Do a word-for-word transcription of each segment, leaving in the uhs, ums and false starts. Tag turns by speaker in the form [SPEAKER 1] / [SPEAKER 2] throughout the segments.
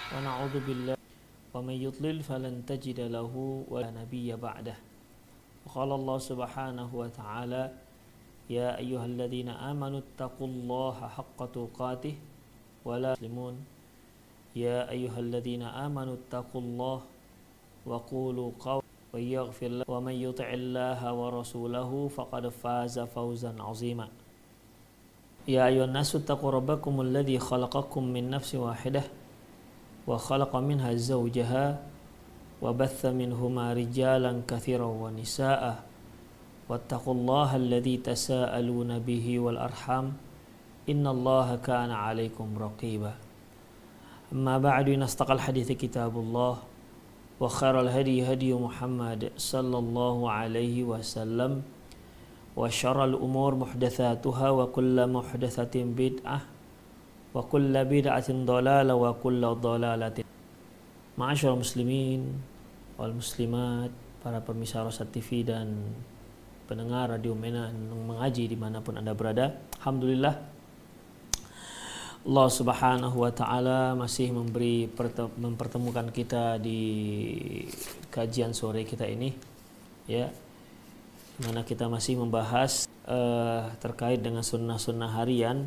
[SPEAKER 1] ونعوذ بالله ومن يضلل فلن تجد له ولا نبي بعده. وقال الله سبحانه وتعالى يا أيها الذين آمنوا اتقوا الله حق تقاته ولا تسلمون يا أيها الذين آمنوا اتقوا الله وقولوا قولا ويغفر لكم ومن يطع الله ورسوله فقد فاز فوزا عظيما. يا أيها الناس اتقوا ربكم الذي خلقكم من نفس واحدة وخلق منها زوجها وبث منهما رجالا كثيرا ونساء واتقوا الله الذي تساءلون به والأرحام إن الله كان عليكم رقيبا. أما بعد نستقل الحديث كتاب الله وخير الهدي هدي محمد صلى الله عليه وسلم وشر الأمور محدثاتها وكل محدثة بدعة وكل بدعة ضلالة وكل ضلالة. Ma'asyiral muslimin wal muslimat, para pemirsa Rosyad T V dan pendengar Radio Mena yang mengaji dimanapun Anda berada, alhamdulillah Allah Subhanahu wa taala masih memberi mempertemukan kita di kajian sore kita ini, ya, mana kita masih membahas uh, terkait dengan sunnah-sunnah harian,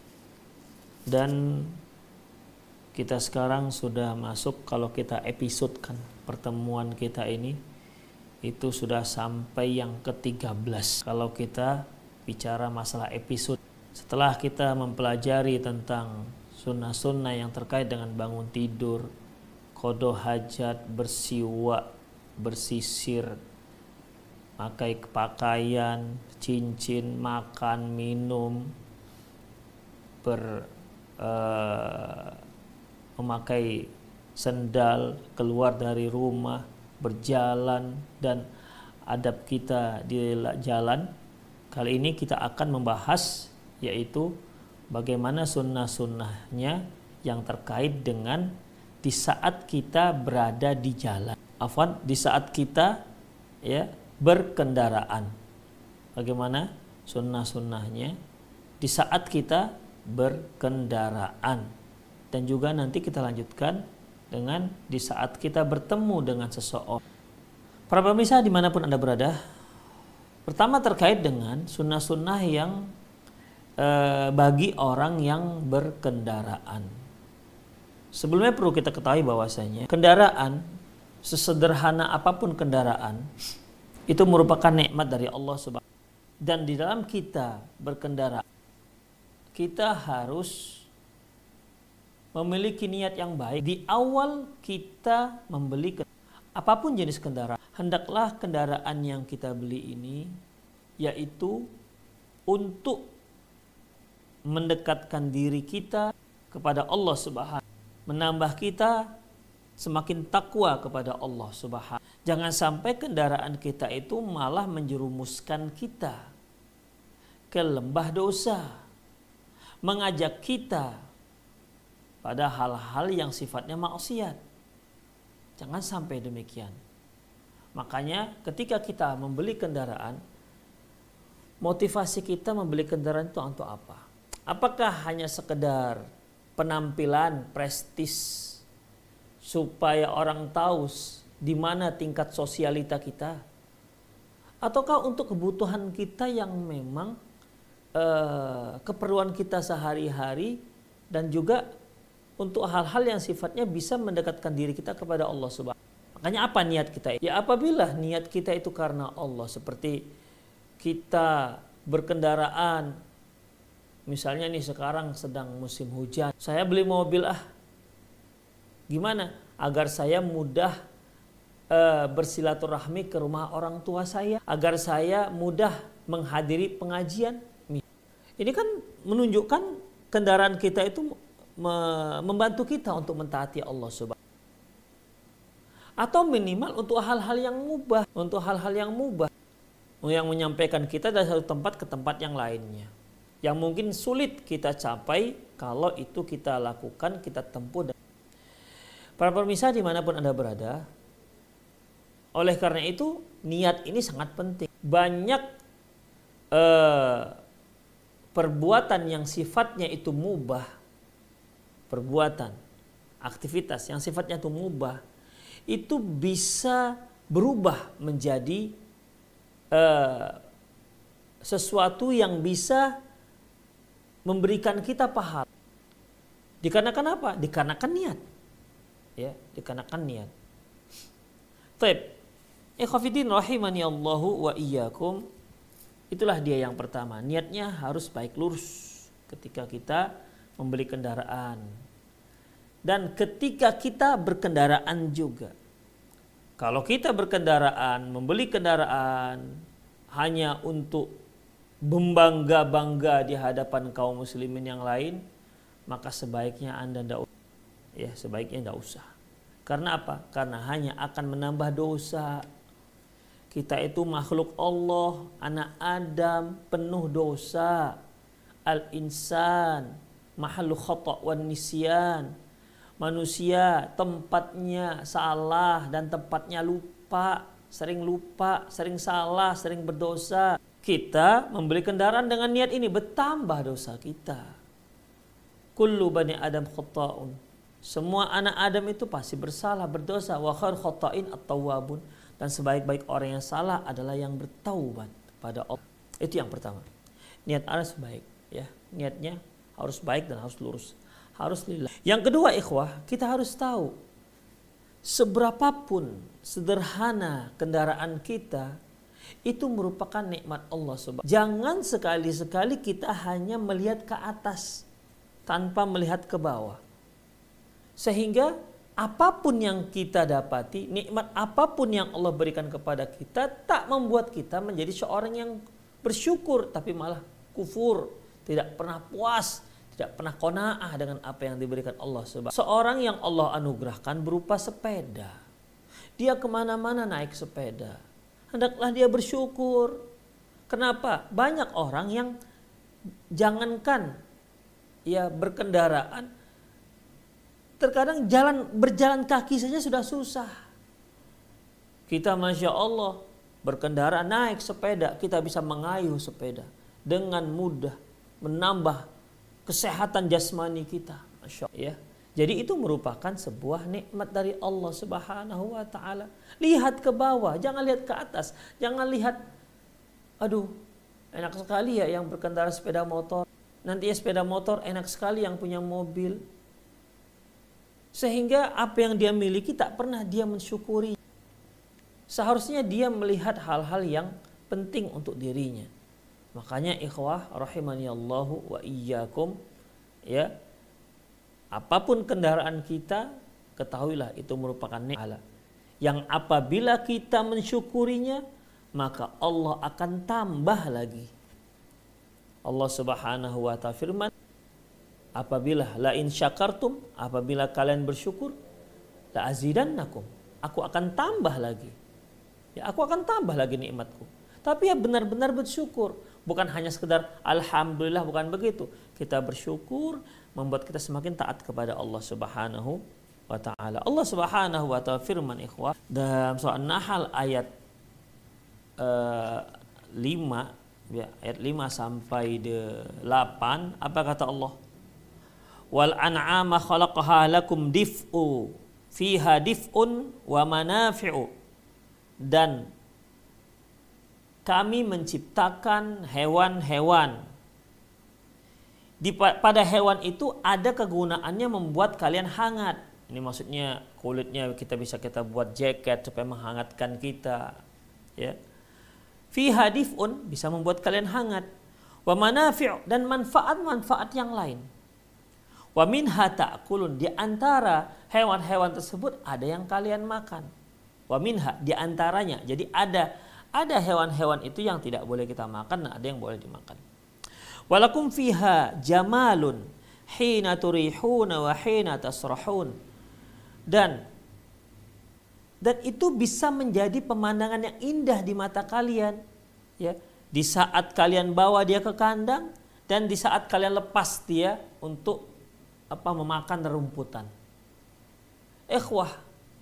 [SPEAKER 1] dan kita sekarang sudah masuk, kalau kita episode kan pertemuan kita ini itu sudah sampai yang ke tiga belas kalau kita bicara masalah episode. Setelah kita mempelajari tentang sunnah-sunnah yang terkait dengan bangun tidur, qada hajat, bersiwak, bersisir, pakai pakaian, cincin, makan, minum, ber uh, memakai sendal, keluar dari rumah, berjalan, dan adab kita di jalan. Kali ini kita akan membahas yaitu bagaimana sunnah-sunnahnya yang terkait dengan di saat kita berada di jalan. Afwan, di saat kita ya berkendaraan. Bagaimana sunnah-sunnahnya di saat kita berkendaraan. Dan juga nanti kita lanjutkan dengan di saat kita bertemu dengan seseorang. Para pemirsa dimanapun Anda berada, pertama terkait dengan sunnah-sunnah yang eh, bagi orang yang berkendaraan. Sebelumnya perlu kita ketahui bahwasanya kendaraan, sesederhana apapun kendaraan, itu merupakan nikmat dari Allah Subhanahu wa taala. Dan di dalam kita berkendara, kita harus memiliki niat yang baik. Di awal kita membeli apapun jenis kendaraan, hendaklah kendaraan yang kita beli ini yaitu untuk mendekatkan diri kita kepada Allah Subhanahu, menambah kita semakin takwa kepada Allah Subhanahu. Jangan sampai kendaraan kita itu malah menjerumuskan kita ke lembah dosa, mengajak kita pada hal-hal yang sifatnya maksiat. Jangan sampai demikian. Makanya ketika kita membeli kendaraan, motivasi kita membeli kendaraan itu untuk apa? Apakah hanya sekedar penampilan, prestis, supaya orang tahu di mana tingkat sosialita kita? Ataukah untuk kebutuhan kita yang memang eh, keperluan kita sehari-hari, dan juga untuk hal-hal yang sifatnya bisa mendekatkan diri kita kepada Allah Subhanahu. Makanya apa niat kita? Ya apabila niat kita itu karena Allah, seperti kita berkendaraan, misalnya nih sekarang sedang musim hujan, saya beli mobil ah, gimana? Agar saya mudah uh, bersilaturahmi ke rumah orang tua saya, agar saya mudah menghadiri pengajian. Ini kan menunjukkan kendaraan kita itu membantu kita untuk mentaati Allah Subhanahu. Atau minimal untuk hal-hal yang mubah, untuk hal-hal yang mubah yang menyampaikan kita dari satu tempat ke tempat yang lainnya, yang mungkin sulit kita capai kalau itu kita lakukan, kita tempuh. Para pemirsa dimanapun Anda berada, oleh karena itu niat ini sangat penting. Banyak eh, perbuatan yang sifatnya itu mubah, perbuatan aktivitas yang sifatnya itu mubah itu bisa berubah menjadi uh, sesuatu yang bisa memberikan kita pahala. Dikarenakan apa? Dikarenakan niat. Ya, dikarenakan niat. Baik. Ikhwafidin rahimani Allahu wa iyyakum. Itulah dia yang pertama. Niatnya harus baik lurus ketika kita membeli kendaraan. Dan ketika kita berkendaraan juga. Kalau kita berkendaraan, membeli kendaraan hanya untuk membangga-bangga di hadapan kaum muslimin yang lain, maka sebaiknya Anda tidak ya sebaiknya tidak usah. Karena apa? Karena hanya akan menambah dosa. Kita itu makhluk Allah, anak Adam, penuh dosa. Al-insan mahallu khata' wan nisyan. Manusia tempatnya salah dan tempatnya lupa, sering lupa, sering salah, sering berdosa. Kita membeli kendaraan dengan niat ini, bertambah dosa kita. Kullu bani Adam khata'un. Semua anak Adam itu pasti bersalah, berdosa. Wa khair khata'in at-tawwabun. Dan sebaik-baik orang yang salah adalah yang bertaubat pada Allah. Itu yang pertama. Niat harus baik, ya. Niatnya harus baik dan harus lurus. Harus lillah. Yang kedua, ikhwah, kita harus tahu seberapapun sederhana kendaraan kita itu merupakan nikmat Allah subhanahu. Jangan sekali-sekali kita hanya melihat ke atas tanpa melihat ke bawah. Sehingga apapun yang kita dapati, nikmat apapun yang Allah berikan kepada kita tak membuat kita menjadi seorang yang bersyukur, tapi malah kufur, tidak pernah puas, tidak pernah qanaah dengan apa yang diberikan Allah subhanahu. Seorang yang Allah anugerahkan berupa sepeda, dia kemana-mana naik sepeda, hendaklah dia bersyukur. Kenapa? Banyak orang yang jangankan ya berkendaraan, terkadang jalan berjalan kaki saja sudah susah. Kita masya Allah berkendara naik sepeda, kita bisa mengayuh sepeda dengan mudah, menambah kesehatan jasmani kita, masya Allah. Ya. Jadi itu merupakan sebuah nikmat dari Allah Subhanahu wa taala. Lihat ke bawah, jangan lihat ke atas. Jangan lihat, aduh, enak sekali ya yang berkendara sepeda motor. Nanti ya sepeda motor enak sekali yang punya mobil. Sehingga apa yang dia miliki tak pernah dia mensyukuri. Seharusnya dia melihat hal-hal yang penting untuk dirinya. Makanya ikhwah rahimani Allahu wa iyyakum, ya, apapun kendaraan kita, ketahuilah itu merupakan nikmat yang apabila kita mensyukurinya, maka Allah akan tambah lagi. Allah Subhanahu wa ta'ala firman, apabila la in syakartum, apabila kalian bersyukur, la azidannakum, aku akan tambah lagi. Ya, aku akan tambah lagi nikmatku. Tapi ya benar-benar bersyukur, bukan hanya sekedar alhamdulillah, bukan begitu. Kita bersyukur membuat kita semakin taat kepada Allah Subhanahu wa taala. Allah Subhanahu wa taala firman ikhwah dalam surah An-Nahl ayat uh, lima, ya, ayat lima sampai delapan, apa kata Allah? Wal an'ama khalaqaha lakum dif'u fiha dif'un wa manafi'u. Dan kami menciptakan hewan-hewan. Di, pada hewan itu ada kegunaannya membuat kalian hangat. Ini maksudnya kulitnya kita bisa kita buat jaket supaya menghangatkan kita. Ya. Fiha dif'un, bisa membuat kalian hangat. Wa manafi'u, dan manfaat-manfaat yang lain. Wa minha ta'kulun, di antara hewan-hewan tersebut ada yang kalian makan. Wa minha, di antaranya. Jadi ada ada hewan-hewan itu yang tidak boleh kita makan, nah ada yang boleh dimakan. Walakum fiha jamalun hina turihuna wa hina tasrahun. Dan dan itu bisa menjadi pemandangan yang indah di mata kalian, ya, di saat kalian bawa dia ke kandang dan di saat kalian lepas dia untuk apa memakan rerumputan. Ikhwah,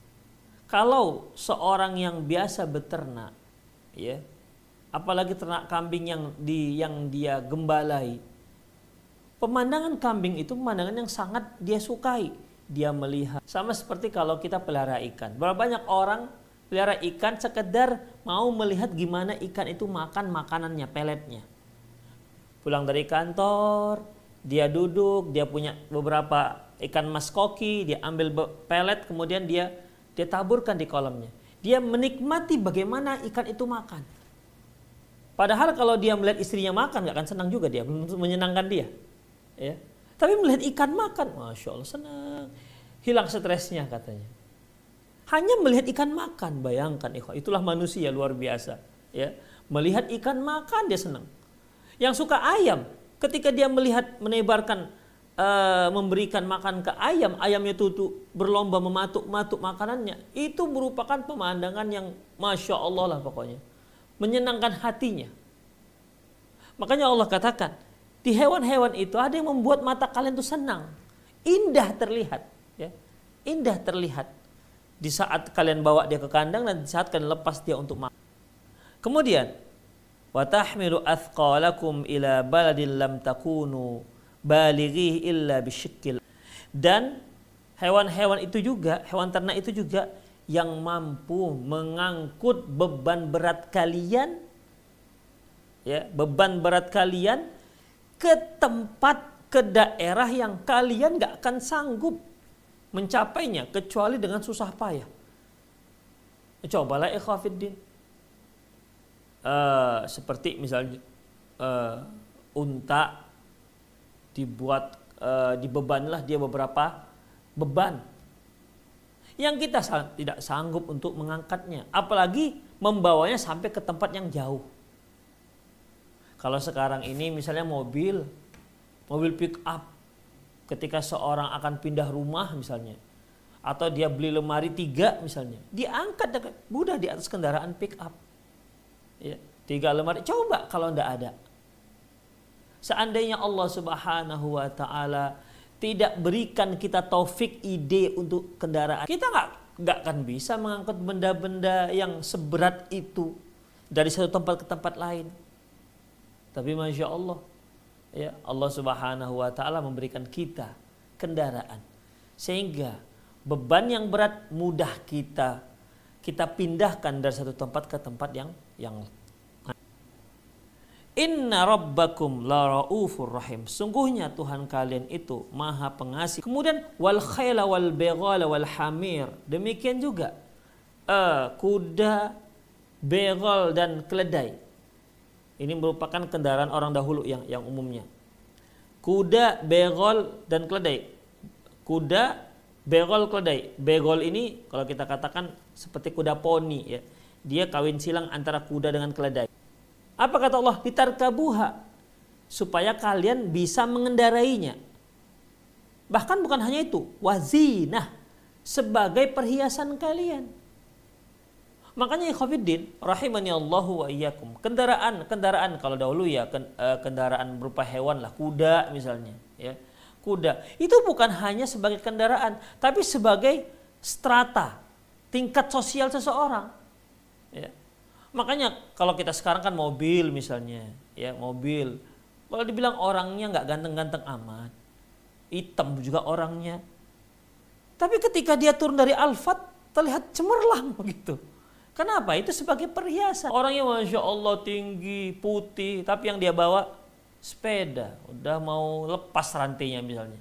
[SPEAKER 1] kalau seorang yang biasa beternak, ya, apalagi ternak kambing yang di yang dia gembalai, pemandangan kambing itu pemandangan yang sangat dia sukai. dia melihat. Sama seperti kalau kita pelihara ikan. Berapa banyak orang pelihara ikan sekedar mau melihat gimana ikan itu makan makanannya, peletnya. Pulang dari kantor, dia duduk, dia punya beberapa ikan mas koki, dia ambil pelet, kemudian dia dia taburkan di kolamnya. Dia menikmati bagaimana ikan itu makan. Padahal kalau dia melihat istrinya makan, gak akan senang juga dia, belum menyenangkan dia. Ya. Tapi melihat ikan makan, Masya Allah senang. Hilang stresnya katanya. Hanya melihat ikan makan, bayangkan. Itulah manusia luar biasa. Ya. Melihat ikan makan dia senang. Yang suka ayam, ketika dia melihat menebarkan, uh, memberikan makan ke ayam, ayamnya tuh berlomba mematuk-matuk makanannya. Itu merupakan pemandangan yang Masya Allah lah pokoknya. Menyenangkan hatinya. Makanya Allah katakan, di hewan-hewan itu ada yang membuat mata kalian itu senang, indah terlihat, ya, indah terlihat di saat kalian bawa dia ke kandang dan di saat kalian lepas dia untuk makan. Kemudian, wa tahmilu athqalakum ila baladin lam takunu balighi illa bisyikkil. Dan hewan-hewan itu juga, hewan ternak itu juga yang mampu mengangkut beban berat kalian, ya, beban berat kalian ke tempat, ke daerah yang kalian gak akan sanggup mencapainya kecuali dengan susah payah. Cobalah ikhwafiddin, uh, seperti misalnya uh, unta dibuat, uh, dibebanlah dia beberapa beban yang kita sang, tidak sanggup untuk mengangkatnya, apalagi membawanya sampai ke tempat yang jauh. Kalau sekarang ini misalnya mobil, mobil pick up, ketika seorang akan pindah rumah misalnya, atau dia beli lemari tiga misalnya, diangkat dekat, mudah di atas kendaraan pick up. Ya, tiga lemari, coba kalau tidak ada. Seandainya Allah Subhanahu Wa Taala tidak berikan kita taufik ide untuk kendaraan, kita nggak nggak akan bisa mengangkut benda-benda yang seberat itu dari satu tempat ke tempat lain. Tapi Masya Allah, ya, Allah Subhanahu Wa Taala memberikan kita kendaraan sehingga beban yang berat mudah kita kita pindahkan dari satu tempat ke tempat yang yang Inna rabbakum la raufur rahim. Sungguhnya Tuhan kalian itu Maha Pengasih. Kemudian wal khayla wal beghala wal hamir. Demikian juga uh, kuda, begal dan keledai. Ini merupakan kendaraan orang dahulu yang yang umumnya. Kuda, begal dan keledai. Kuda, begal, keledai. Begal ini kalau kita katakan seperti kuda poni, ya. Dia kawin silang antara kuda dengan keledai. Apa kata Allah? Litarkabuha, supaya kalian bisa mengendarainya. Bahkan bukan hanya itu, wazinah, sebagai perhiasan kalian. Makanya ikhwatiddin rahimani Allahu wa iyyakum, kendaraan kendaraan kalau dahulu ya kendaraan berupa hewan lah, kuda misalnya, ya. Kuda itu bukan hanya sebagai kendaraan, tapi sebagai strata tingkat sosial seseorang, ya. Makanya kalau kita sekarang kan mobil misalnya, ya, mobil. Kalau dibilang orangnya nggak ganteng-ganteng amat, hitam juga orangnya. Tapi ketika dia turun dari Alphard terlihat cemerlang begitu. Kenapa? Itu sebagai perhiasan. Orangnya Masya Allah tinggi, putih, tapi yang dia bawa sepeda. Udah mau lepas rantainya misalnya.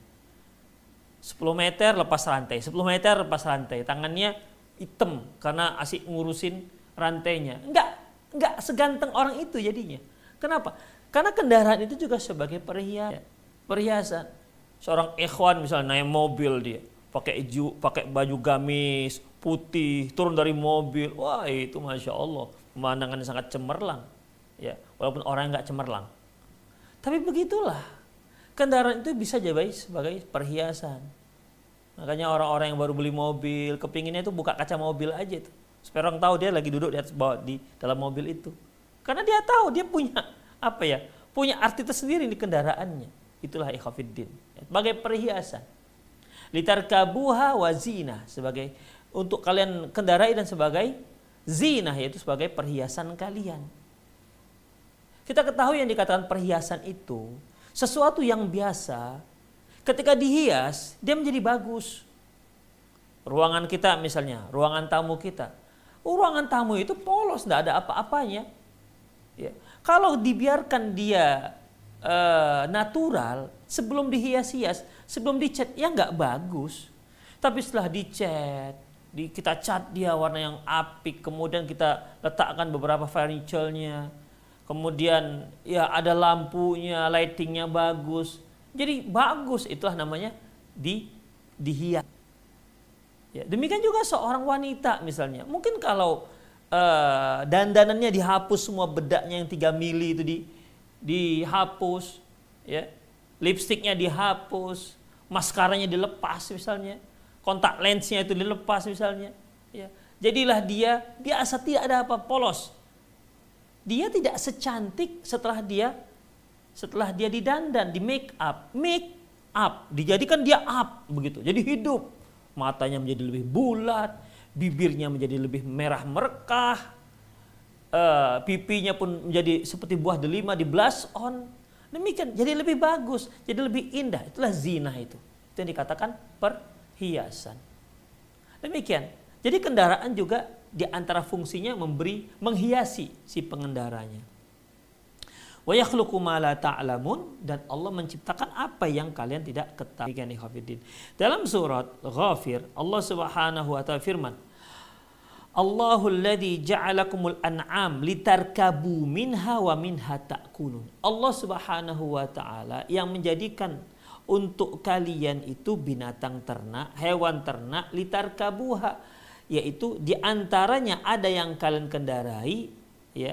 [SPEAKER 1] sepuluh meter lepas rantai, sepuluh meter lepas rantai. Tangannya hitam karena asik ngurusin rantainya. Enggak, enggak seganteng orang itu jadinya. Kenapa? Karena kendaraan itu juga sebagai perhiasan. Perhiasan. Seorang ikhwan misalnya naik mobil dia, pakai baju, pakai baju gamis putih, turun dari mobil. Wah, itu Masya Allah, pemandangannya sangat cemerlang. Ya, walaupun orang enggak cemerlang. Tapi begitulah. Kendaraan itu bisa jadi sebagai perhiasan. Makanya orang-orang yang baru beli mobil, kepinginnya itu buka kaca mobil aja itu. Supaya orang tahu dia lagi duduk di atas bawah di dalam mobil itu. Karena dia tahu dia punya apa ya? Punya arti tersendiri di kendaraannya. Itulah ikhwafiddin. Sebagai perhiasan. Litarkabuha wa zina, sebagai untuk kalian kendarai dan sebagai zina, yaitu sebagai perhiasan kalian. Kita ketahui yang dikatakan perhiasan itu sesuatu yang biasa, ketika dihias dia menjadi bagus. ruangan kita misalnya, ruangan tamu kita. Ruangan tamu itu polos, tidak ada apa-apanya. Ya. Kalau dibiarkan dia uh, natural, sebelum dihias-hias, sebelum dicat, ya nggak bagus. Tapi setelah dicat, di, kita cat dia warna yang apik, kemudian kita letakkan beberapa furniture-nya, kemudian ya ada lampunya, lightingnya bagus. Jadi bagus, itulah namanya di dihias. Ya, demikian juga seorang wanita misalnya. Mungkin kalau uh, dandanannya dihapus semua, bedaknya yang tiga mili itu di, dihapus, ya, lipstiknya dihapus, maskaranya dilepas misalnya, kontak lensnya itu dilepas misalnya. Ya. Jadilah dia biasa, tidak ada apa, polos. Dia tidak secantik setelah dia setelah dia didandan, di make up, make up, dijadikan dia up begitu, jadi hidup. Matanya menjadi lebih bulat, bibirnya menjadi lebih merah merekah, uh, pipinya pun menjadi seperti buah delima di blush on. Demikian, jadi lebih bagus, jadi lebih indah. Itulah zina itu. Itu yang dikatakan perhiasan. Demikian. Jadi kendaraan juga di antara fungsinya memberi, menghiasi si pengendaranya. Wa yakhluqu ma la ta'lamun, dan Allah menciptakan apa yang kalian tidak ketahui. Dalam surat Ghafir, Allah Subhanahu wa taala firman, Allahul ladzi ja'alakumul an'am litarkabu minha wa minha ta'kulun. Allah Subhanahu wa taala yang menjadikan untuk kalian itu binatang ternak, hewan ternak, litarkabuha, yaitu di antaranya ada yang kalian kendarai, ya.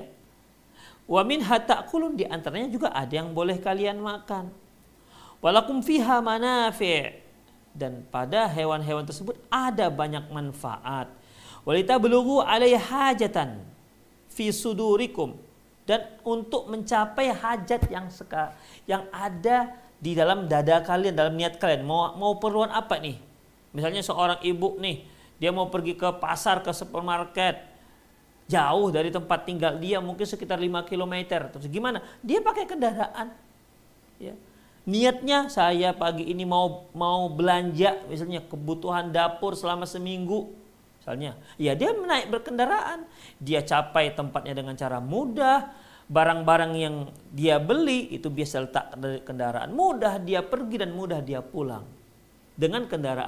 [SPEAKER 1] Wa minha ta'kulun, di antaranya juga ada yang boleh kalian makan. Walakum fiha manafi', dan pada hewan-hewan tersebut ada banyak manfaat. Walitablughu 'alaiha hajatan fi sudurikum, dan untuk mencapai hajat yang seka, yang ada di dalam dada kalian, dalam niat kalian. Mau mau perluan apa nih? Misalnya seorang ibu nih, dia mau pergi ke pasar, ke supermarket, jauh dari tempat tinggal dia, mungkin sekitar lima kilometer. Terus gimana? Dia pakai kendaraan. Ya. Niatnya, saya pagi ini mau mau belanja, misalnya kebutuhan dapur selama seminggu, misalnya. Ya, dia naik berkendaraan. Dia capai tempatnya dengan cara mudah. Barang-barang yang dia beli itu biasa letak dari kendaraan. Mudah dia pergi dan mudah dia pulang dengan kendaraan.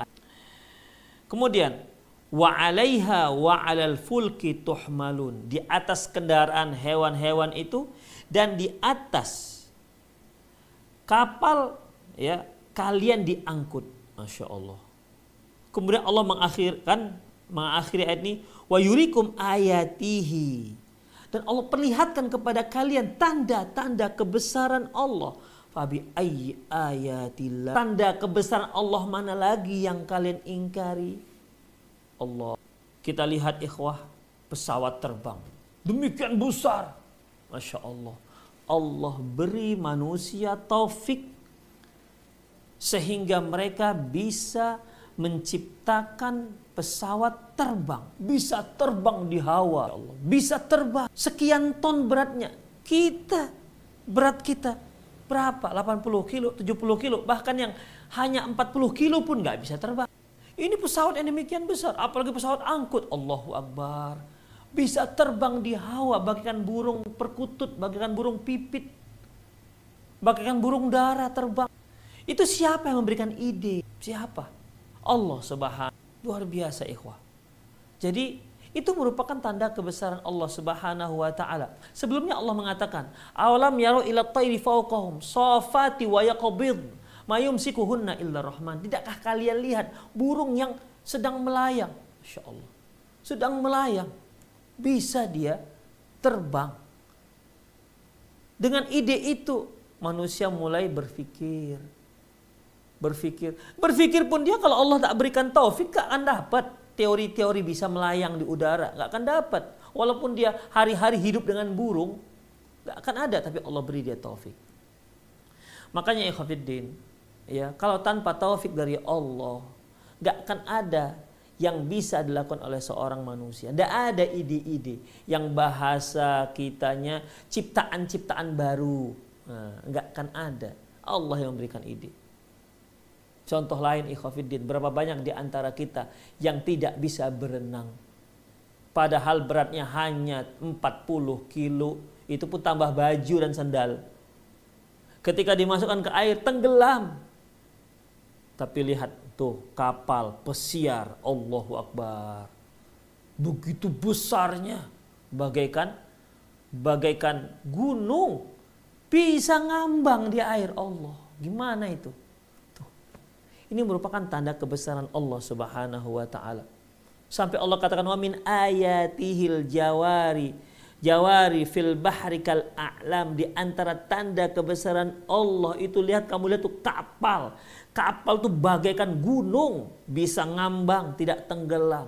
[SPEAKER 1] Kemudian wa 'alaiha wa 'alal fulki tuhmalun, di atas kendaraan hewan-hewan itu dan di atas kapal, ya, kalian diangkut. Masya Allah. Kemudian Allah mengakhirkan mengakhiri ayat ini, wa yurikum ayatihi, dan Allah perlihatkan kepada kalian tanda-tanda kebesaran Allah. Fabi ayyi ayatillah, tanda kebesaran Allah mana lagi yang kalian ingkari? Allah. Kita lihat ikhwah, pesawat terbang demikian besar, Masya Allah. Allah beri manusia taufik sehingga mereka bisa menciptakan pesawat terbang, bisa terbang di hawa, Allah, bisa terbang sekian ton beratnya. Kita, berat kita berapa? delapan puluh kilo, tujuh puluh kilo, bahkan yang hanya empat puluh kilo pun nggak bisa terbang. Ini pesawat yang demikian besar, apalagi pesawat angkut. Allahu Akbar. Bisa terbang di hawa, bagaikan burung perkutut, bagaikan burung pipit, bagaikan burung dara terbang. Itu siapa yang memberikan ide? Siapa? Allah Subhanahu. Luar biasa ikhwah. Jadi itu merupakan tanda kebesaran Allah Subhanahu wa taala. Sebelumnya Allah mengatakan, "Awalam yaru ila tayri fawqahum safati wa yaqbid." Mayum sikuhunna illa rahman. Tidakkah kalian lihat burung yang sedang melayang? Masya Allah. Sedang melayang. Bisa dia terbang. Dengan ide itu manusia mulai berpikir. Berpikir. Berpikir pun dia kalau Allah tak berikan taufik gak akan dapat teori-teori bisa melayang di udara. Gak akan dapat. Walaupun dia hari-hari hidup dengan burung, gak akan ada. Tapi Allah beri dia taufik. Makanya ikhwatiddin, ya, kalau tanpa taufik dari Allah, gak akan ada yang bisa dilakukan oleh seorang manusia. Tidak ada ide-ide yang bahasa kitanya ciptaan-ciptaan baru. Nah, gak akan ada. Allah yang memberikan ide. Contoh lain ikhwafiddin, berapa banyak di antara kita yang tidak bisa berenang. Padahal beratnya hanya empat puluh kilo, itu pun tambah baju dan sandal. Ketika dimasukkan ke air, tenggelam. Tapi lihat tuh, kapal, pesiar, Allahu Akbar. Begitu besarnya, bagaikan bagaikan gunung, bisa ngambang di air Allah. Gimana itu? Ini merupakan tanda kebesaran Allah Subhanahu wa taala. Sampai Allah katakan wa min ayatihil jawari jawari fil bahri kal a'lam, di antara tanda kebesaran Allah itu, lihat, kamu lihat tuh kapal. Kapal tuh bagaikan gunung, bisa ngambang, tidak tenggelam.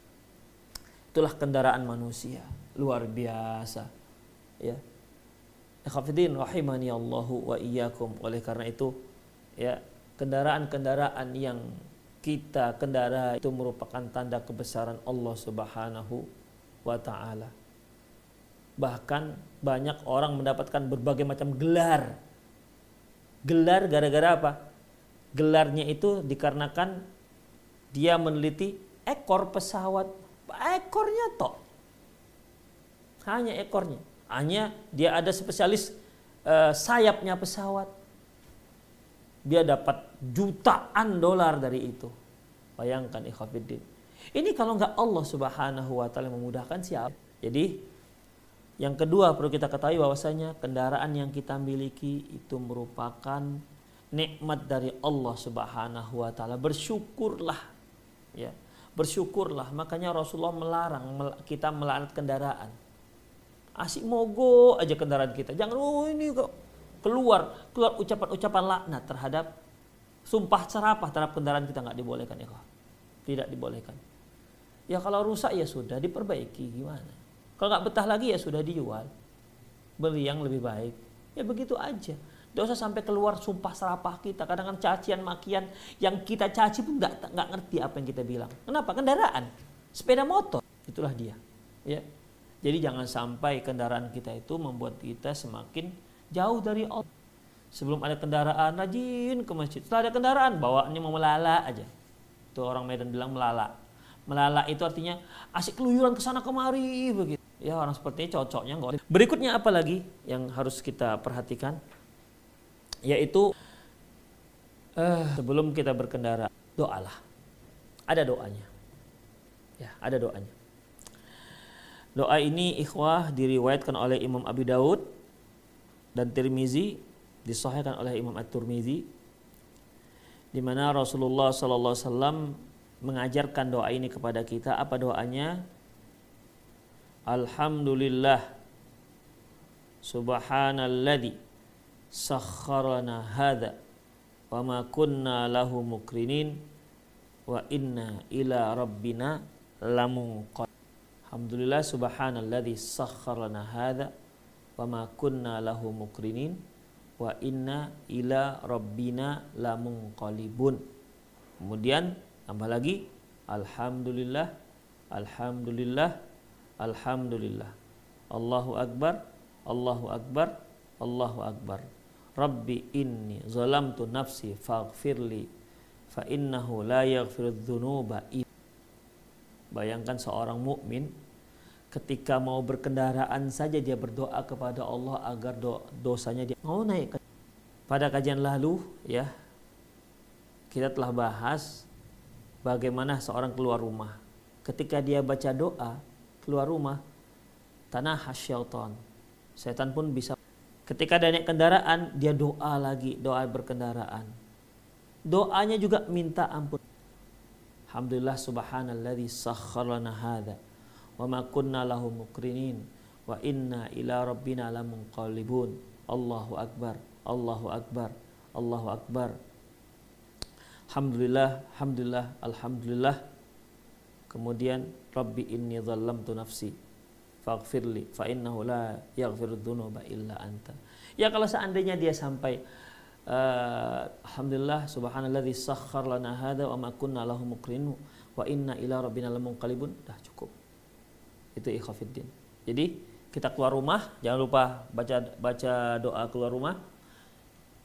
[SPEAKER 1] Itulah kendaraan manusia, luar biasa. Ya. Ikhwatiddin rahimani Allahu wa iyyakum. Oleh karena itu, ya, kendaraan-kendaraan yang kita kendara itu merupakan tanda kebesaran Allah Subhanahu wa taala. Bahkan banyak orang mendapatkan berbagai macam gelar. Gelar gara-gara apa? Gelarnya itu dikarenakan dia meneliti ekor pesawat. Ekornya tok. Hanya ekornya. Hanya dia ada spesialis uh, sayapnya pesawat. Dia dapat jutaan dolar dari itu. Bayangkan ikhwatiddin. Ini kalau nggak Allah Subhanahu wa taala memudahkan, siapa? Jadi yang kedua perlu kita ketahui bahwasanya kendaraan yang kita miliki itu merupakan nikmat dari Allah Subhanahu wa taala. Bersyukurlah, ya. Bersyukurlah. Makanya Rasulullah melarang kita melaknat kendaraan. Asik mogok aja kendaraan kita. Jangan oh ini kok keluar keluar ucapan-ucapan laknat terhadap, sumpah serapah terhadap kendaraan kita, nggak dibolehkan ya, tidak dibolehkan. Ya kalau rusak ya sudah diperbaiki, gimana? Kalau nggak betah lagi ya sudah dijual, beli yang lebih baik. Ya begitu aja. Tidak usah sampai keluar sumpah serapah kita. Kadang-kadang cacian makian yang kita caci pun nggak nggak ngerti apa yang kita bilang. Kenapa? Kendaraan, sepeda motor, itulah dia. Ya. Jadi jangan sampai kendaraan kita itu membuat kita semakin jauh dari Allah. Sebelum ada kendaraan rajin ke masjid. Setelah ada kendaraan bawaannya mau melala aja. Itu orang Medan bilang melala. Melala itu artinya asik keluyuran ke sana kemari begitu. Ya orang seperti ini cocoknya enggak. Berikutnya apa lagi yang harus kita perhatikan? Yaitu uh, sebelum kita berkendara, doalah. Ada doanya. Ya, ada doanya. Doa ini ikhwah diriwayatkan oleh Imam Abi Daud dan Tirmizi, disahihkan oleh Imam At-Tirmizi, di mana Rasulullah sallallahu alaihi wasallam mengajarkan doa ini kepada kita. Apa doanya? Alhamdulillah subhanalladzi sakharana hadza wa ma kunna lahu mukrinin wa inna ila rabbina lamunqalibun. Alhamdulillah subhanalladzi sakharana hadza wa ma kunna lahu mukrinin wa inna ila rabbina lamunqalibun. Kemudian tambah lagi alhamdulillah alhamdulillah alhamdulillah. Allahu akbar Allahu akbar Allahu akbar. Rabbi inni zalamtu nafsi faghfirli fa innahu la yaghfirudz dzunuba. Bayangkan seorang mukmin ketika mau berkendaraan saja dia berdoa kepada Allah agar do, dosanya dia mau naik. Pada kajian lalu ya kita telah bahas bagaimana seorang keluar rumah. Ketika dia baca doa keluar rumah, tanah syaitan. Setan pun bisa. Ketika dia naik kendaraan dia doa lagi, doa berkendaraan. Doanya juga minta ampun. Alhamdulillah subhanalladzi sakhkhara lana hadza wa ma kunna lahu muqrinin wa inna ila rabbina lamunqalibun. Allahu akbar Allahu akbar Allahu akbar. Alhamdulillah alhamdulillah alhamdulillah. Kemudian Rabbi inni zalamtu nafsi faghfirli fa innahu la yaghfirudz dzunuba illa anta. Ya kalau seandainya dia sampai Uh, alhamdulillah subhanalladzi sakhkhara lana hadza wa ma kunna lahu muqrinin wa inna ila rabbina lamunqalibun, dah cukup. Itu ikhwafiddin. Jadi kita keluar rumah jangan lupa baca baca doa keluar rumah.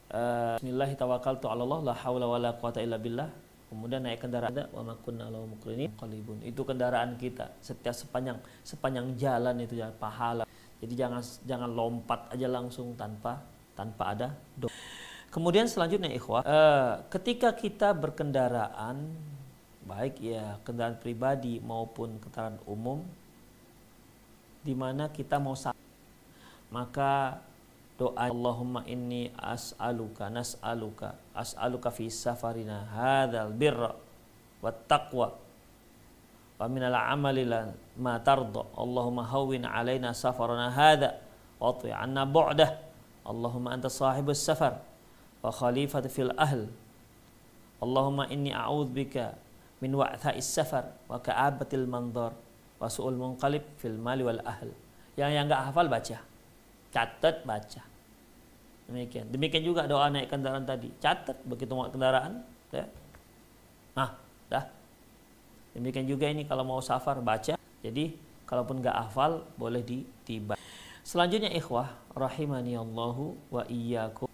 [SPEAKER 1] uh, Bismillah tawakkaltu 'ala Allah la haula wala quwata illa billah. Kemudian naik kendaraan wa ma kunna lahu muqrinin qalibun. Itu kendaraan kita setiap sepanjang sepanjang jalan itu ya pahala. Jadi jangan jangan lompat aja langsung tanpa tanpa ada doa. Kemudian selanjutnya ikhwah, uh, ketika kita berkendaraan baik ya kendaraan pribadi maupun kendaraan umum di mana kita mau salat, maka doa Allahumma inni as'aluka nas'aluka as'aluka fi safarina hadzal birra wat taqwa wa minal amali ma tarda Allahumma hawwin alaina safarana hadza wa atwi 'anna bu'dah Allahumma anta sahibus safar wa khalifatu fil ahl Allahumma inni a'udzubika min wa'tha'is safar wa ka'abatil mandar wa su'ul munqalib fil mali wal ahl. Yang yang enggak hafal baca, catat baca. Demikian. Demikian juga doa naik kendaraan tadi. Catat begitu mau kendaraan, ya. Nah, dah. Demikian juga ini kalau mau safar baca. Jadi kalaupun enggak hafal boleh ditiba. Selanjutnya ikhwah rahimani Allahu wa iyyakum.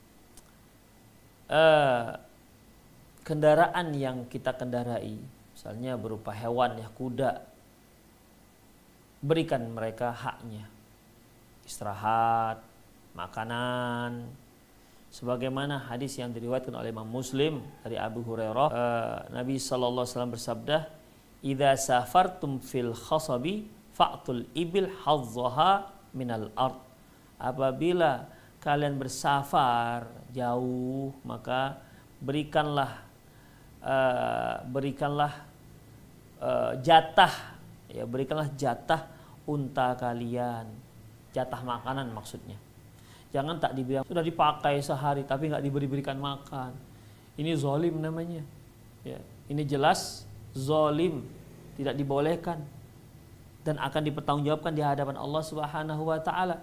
[SPEAKER 1] Uh, kendaraan yang kita kendarai, misalnya berupa hewan ya kuda, berikan mereka haknya. Istirahat, makanan, sebagaimana hadis yang diriwayatkan oleh Imam Muslim dari Abu Hurairah, uh, Nabi sallallahu alaihi wasallam bersabda, "Idza safartum fil khasabi fa'tul ibil hazzaha minal ard." Apabila kalian bersafar jauh, maka berikanlah uh, berikanlah uh, jatah, ya berikanlah jatah unta kalian. Jatah makanan maksudnya. Jangan tak dibilang sudah dipakai sehari tapi nggak diberi-berikan makan. Ini zalim namanya. Ya, ini jelas zalim, tidak dibolehkan dan akan dipertanggungjawabkan di hadapan Allah Subhanahu wa taala.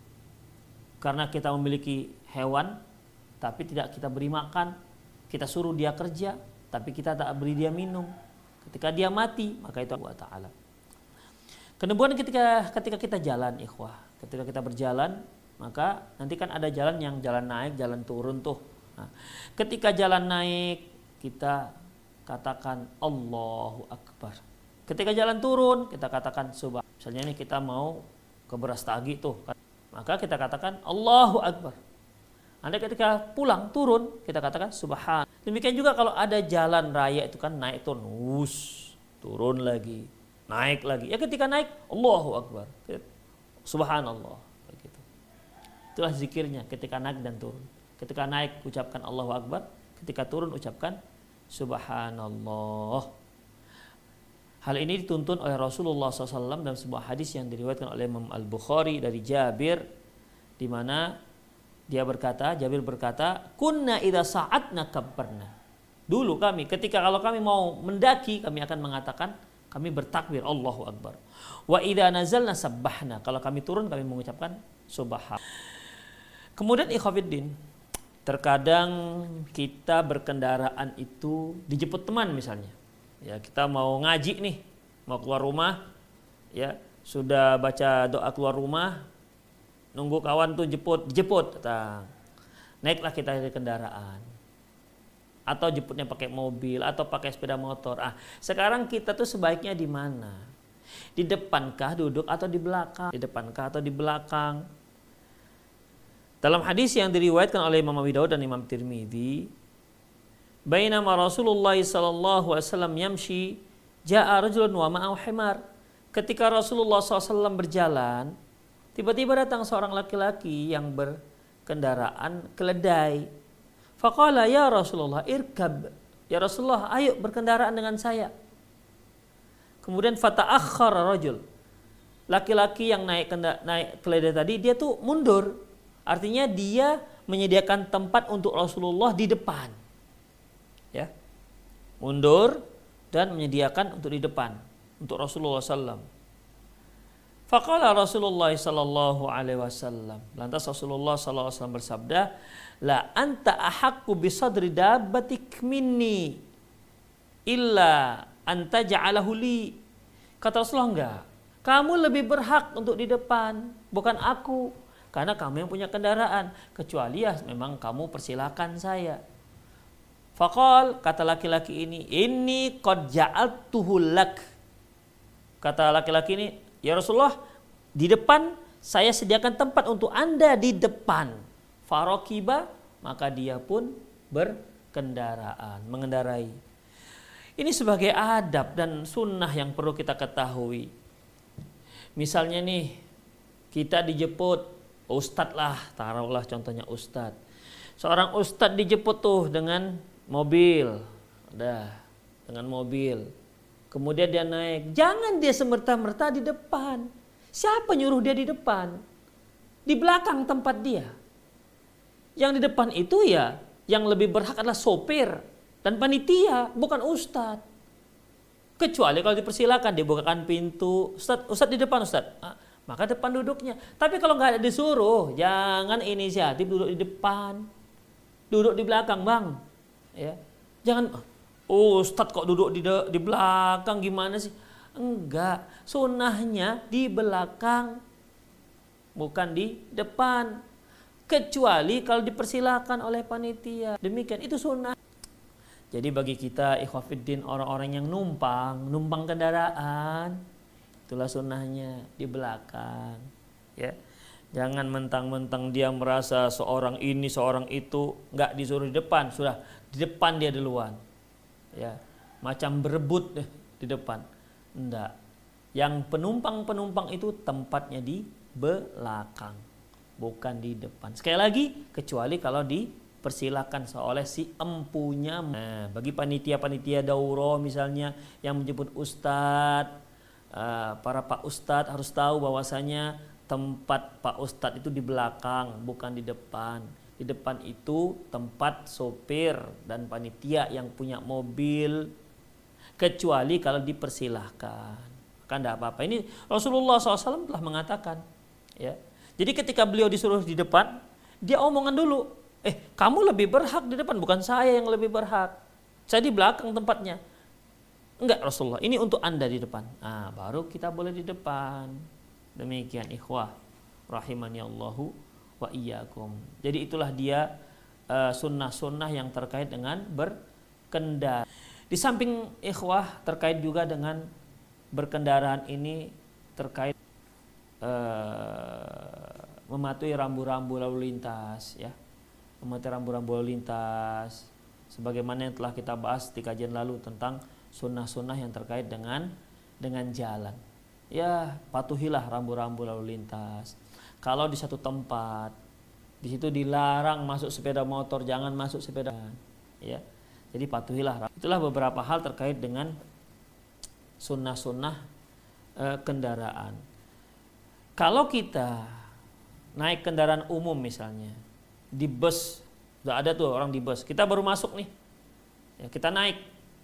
[SPEAKER 1] Karena kita memiliki hewan tapi tidak kita beri makan, kita suruh dia kerja tapi kita tak beri dia minum. Ketika dia mati, maka itu Allah taala. Kemudian ketika ketika kita jalan ikhwah, ketika kita berjalan, maka nanti kan ada jalan yang jalan naik, jalan turun tuh. Nah, ketika jalan naik, kita katakan Allahu Akbar. Ketika jalan turun, kita katakan subhan. Misalnya ini kita mau ke Brastagi tuh, maka kita katakan Allahu Akbar. Anda ketika pulang turun, kita katakan subhan. Demikian juga kalau ada jalan raya itu kan naik turun, wus, turun lagi, naik lagi. Ya ketika naik Allahu Akbar. Subhanallah, begitu. Itulah zikirnya ketika naik dan turun. Ketika naik ucapkan Allahu Akbar, ketika turun ucapkan Subhanallah. Hal ini dituntun oleh Rasulullah shallallahu alaihi wasallam dalam sebuah hadis yang diriwayatkan oleh Imam Al-Bukhari dari Jabir, di mana dia berkata, Jabir berkata, "Kunna idza sa'atna kabbarna." Dulu kami ketika kalau kami mau mendaki, kami akan mengatakan, kami bertakbir Allahu Akbar. Wa idza nazalna sabbahna. Kalau kami turun kami mengucapkan subhan. Kemudian ikhwatiddin, terkadang kita berkendaraan itu dijemput teman misalnya. Ya, kita mau ngaji nih, mau keluar rumah, ya, sudah baca doa keluar rumah, nunggu kawan tuh jemput, jemput, datang. Naiklah kita dari kendaraan. Atau jemputnya pakai mobil atau pakai sepeda motor. Ah, sekarang kita tuh sebaiknya di mana? Di depankah duduk atau di belakang? Di depankah atau di belakang? Dalam hadis yang diriwayatkan oleh Imam Abi Dawud dan Imam Tirmidzi, bainama Rasulullah sallallahu alaihi wasallam yamshi, jaa rajulun wa ma'ahu himar. Ketika Rasulullah shallallahu alaihi wasallam berjalan, tiba-tiba datang seorang laki-laki yang berkendaraan keledai. Faqala ya Rasulullah irkab. Ya Rasulullah, ayo berkendaraan dengan saya. Kemudian fata'akhkhara rajul. Laki-laki yang naik naik keledai tadi dia tuh mundur. Artinya dia menyediakan tempat untuk Rasulullah di depan. Ya. Mundur dan menyediakan untuk di depan untuk Rasulullah sallallahu alaihi wasallam. Faqala Rasulullah sallallahu alaihi wasallam. Lantas Rasulullah sallallahu alaihi wasallam bersabda, "La anta ahaqqu bi sadri dabbatik minni illa anta ja'alahu li." Kata Rasulullah, enggak. Kamu lebih berhak untuk di depan, bukan aku. karena kamu yang punya kendaraan, kecuali ya memang kamu persilakan saya. Faqal, kata laki-laki ini, ini qad ja'altuhu lak. Kata laki-laki ini, ya Rasulullah, di depan saya sediakan tempat untuk Anda di depan. Farokiba, maka dia pun berkendaraan, mengendarai. Ini sebagai adab dan sunnah yang perlu kita ketahui. Misalnya nih, kita dijemput, ustadz lah, taruhlah contohnya ustadz. Seorang ustadz dijemput tuh dengan mobil, udah dengan mobil. Kemudian dia naik, jangan dia semerta-merta di depan. Siapa nyuruh dia di depan? Di belakang tempat dia. Yang di depan itu ya, yang lebih berhak adalah sopir dan panitia, bukan ustadz. Kecuali kalau dipersilakan, dibukakan pintu, ustadz, ustadz di depan ustadz. Ah, maka depan duduknya. Tapi kalau nggak ada disuruh, jangan inisiatif duduk di depan, duduk di belakang bang. Ya, jangan, oh ustadz kok duduk di de, di belakang gimana sih? Enggak, sunnahnya di belakang, bukan di depan. Kecuali kalau dipersilakan oleh panitia. Demikian, itu sunnah. Jadi bagi kita ikhwafiddin, orang-orang yang numpang, numpang kendaraan, itulah sunnahnya di belakang. Ya, jangan mentang-mentang dia merasa seorang ini, seorang itu, nggak disuruh di depan, sudah di depan dia duluan. Ya, macam berebut deh di depan. Enggak. Yang penumpang-penumpang itu tempatnya di belakang, bukan di depan. Sekali lagi, kecuali kalau dipersilakan oleh si empunya. Nah, bagi panitia-panitia daurah misalnya yang menjemput ustadz, para pak ustadz harus tahu bahwasanya tempat pak ustadz itu di belakang, bukan di depan. Di depan itu tempat sopir dan panitia yang punya mobil, kecuali kalau dipersilahkan. Kan tidak apa-apa. Ini Rasulullah shallallahu alaihi wasallam telah mengatakan. Ya. Jadi ketika beliau disuruh di depan, dia omongan dulu. Eh, kamu lebih berhak di depan, bukan saya yang lebih berhak. Saya di belakang tempatnya. Enggak Rasulullah, ini untuk Anda di depan. Nah, baru kita boleh di depan. Demikian ikhwah rahimani Allahu wa iyyakum. Jadi itulah dia uh, sunnah-sunnah yang terkait dengan berkendara. Di samping ikhwah terkait juga dengan berkendaraan ini terkait uh, mematuhi rambu-rambu lalu lintas, ya, mematuhi rambu-rambu lalu lintas, sebagaimana yang telah kita bahas di kajian lalu tentang sunnah-sunnah yang terkait dengan dengan jalan. Ya, patuhilah rambu-rambu lalu lintas. Kalau di satu tempat, di situ dilarang masuk sepeda motor, jangan masuk sepeda, ya. Jadi patuhilah. Itulah beberapa hal terkait dengan sunnah-sunnah e, kendaraan. Kalau kita naik kendaraan umum misalnya, di bus, udah ada tuh orang di bus, kita baru masuk nih, ya, kita naik,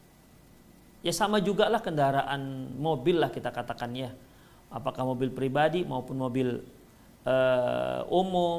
[SPEAKER 1] ya sama juga lah kendaraan mobil lah kita katakan, ya, apakah mobil pribadi maupun mobil e, umum,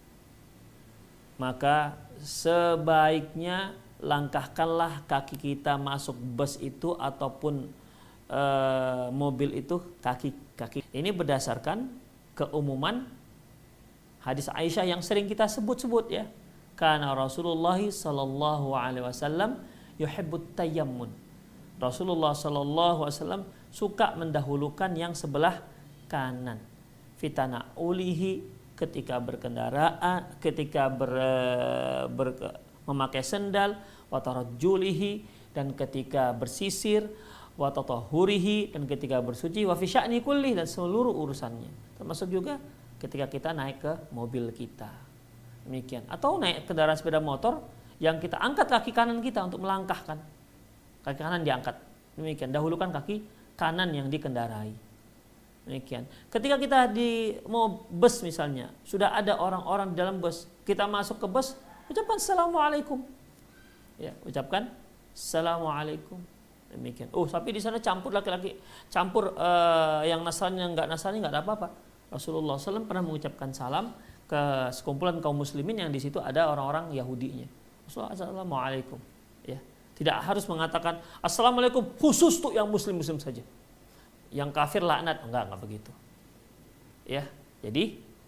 [SPEAKER 1] maka sebaiknya langkahkanlah kaki kita masuk bus itu ataupun e, mobil itu kaki-kaki. Ini berdasarkan keumuman hadis Aisyah yang sering kita sebut-sebut, ya. Karena Rasulullah sallallahu alaihi wasallam yuhibbut tayammun. Rasulullah sallallahu alaihi wasallam suka mendahulukan yang sebelah kanan. Fitana ulihi, ketika berkendaraan, ketika ber, ber, memakai sendal, watarajjulihi, dan ketika bersisir, watatahurihi, dan ketika bersuci, wa fi sya'ni kulli, dan seluruh urusannya, termasuk juga ketika kita naik ke mobil kita. Demikian. Atau naik kendaraan sepeda motor yang kita angkat kaki kanan kita untuk melangkahkan. Kaki kanan diangkat. Demikian. Dahulukan kaki kanan yang dikendarai. Demikian. Ketika kita di mau bus misalnya, sudah ada orang-orang di dalam bus, kita masuk ke bus, ucapkan assalamualaikum. Ya, ucapkan assalamualaikum. Demikian. Oh, tapi di sana campur laki-laki, campur uh, yang Nasrani yang enggak Nasrani enggak ada apa-apa. Rasulullah shallallahu alaihi wasallam pernah mengucapkan salam ke sekumpulan kaum muslimin yang di situ ada orang-orang Yahudinya. Assalamualaikum. Ya, tidak harus mengatakan assalamualaikum khusus untuk yang muslim-muslim saja. Yang kafir laknat, enggak, enggak begitu. Ya, jadi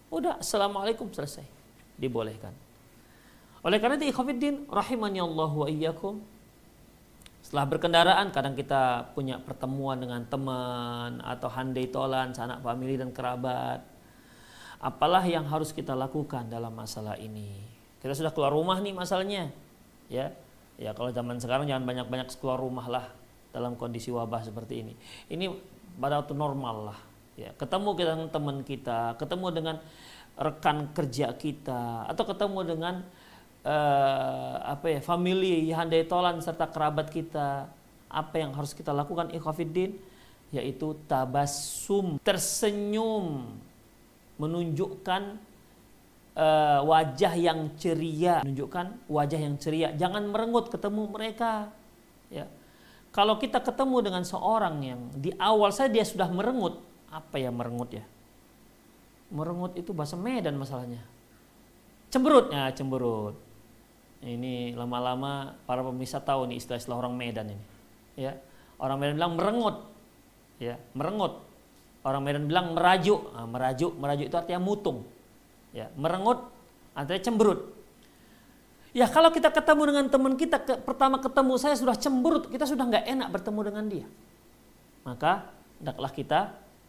[SPEAKER 1] Udah, assalamualaikum, selesai. Dibolehkan. Oleh karena itu ikhwatiddin rahimani Allah wa iyyakum, setelah berkendaraan kadang kita punya pertemuan dengan teman atau handai tolan, sanak famili dan kerabat. Apalah yang harus kita lakukan dalam masalah ini? Kita sudah keluar rumah nih masalahnya. Ya. Ya kalau zaman sekarang jangan banyak-banyak keluar rumah lah dalam kondisi wabah seperti ini. Ini pada waktu normal lah. Ya, ketemu kita dengan teman kita, ketemu dengan rekan kerja kita, atau ketemu dengan Uh, apa ya, family, handai tolan serta kerabat kita, apa yang harus kita lakukan ikhwatiddin? Yaitu tabassum, tersenyum, menunjukkan uh, wajah yang ceria, menunjukkan wajah yang ceria. Jangan merengut ketemu mereka. Ya. Kalau kita ketemu dengan seorang yang di awal saya dia sudah merengut, apa ya merengut ya? Merengut itu bahasa Medan masalahnya. Cemberut, ya cemberut. Ini lama-lama para pemirsa tahu nih istilah-istilah orang Medan ini. Ya, orang Medan bilang merengut, ya merengut. Orang Medan bilang merajuk, nah, merajuk, merajuk itu artinya mutung. Ya, merengut artinya cemberut. Ya kalau kita ketemu dengan teman kita, ke, pertama ketemu saya sudah cemberut, kita sudah nggak enak bertemu dengan dia. Maka hendaklah kita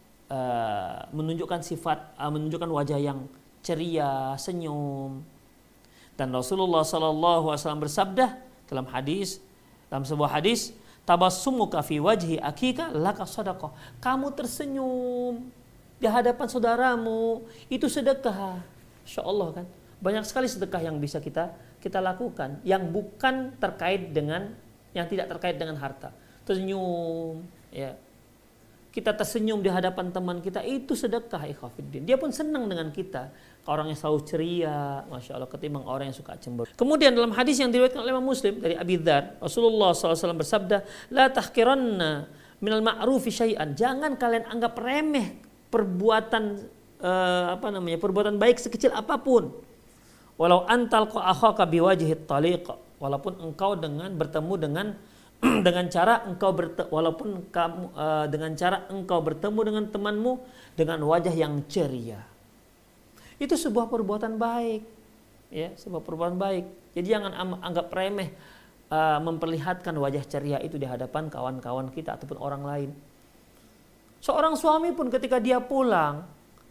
[SPEAKER 1] uh, menunjukkan sifat, uh, menunjukkan wajah yang ceria, senyum. Dan Rasulullah Sallallahu Alaihi Wasallam bersabda dalam hadis, dalam sebuah hadis, tabassumuka fi wajhi akika laka sadaqah. Kamu tersenyum di hadapan saudaramu itu sedekah. Insya Allah kan. Banyak sekali sedekah yang bisa kita kita lakukan yang bukan terkait dengan, yang tidak terkait dengan harta. Tersenyum, ya. Kita tersenyum di hadapan teman kita itu sedekah ikhwatiddin. Dia pun senang dengan kita. Orang yang selalu ceria, masya Allah, ketimbang orang yang suka cemberut. Kemudian dalam hadis yang diriwayatkan oleh Imam Muslim dari Abi Dzar, Rasulullah shallallahu alaihi wasallam bersabda, la tahqiranna minal ma'rufi syai'an. Jangan kalian anggap remeh perbuatan uh, apa namanya perbuatan baik sekecil apapun. Walau antal akhaka biwajhit taliq, walaupun engkau dengan bertemu dengan dengan cara engkau berte, walaupun kamu uh, dengan cara engkau bertemu dengan temanmu dengan wajah yang ceria. Itu sebuah perbuatan baik, ya, sebuah perbuatan baik. Jadi jangan anggap remeh uh, memperlihatkan wajah ceria itu di hadapan kawan-kawan kita ataupun orang lain. Seorang suami pun ketika dia pulang,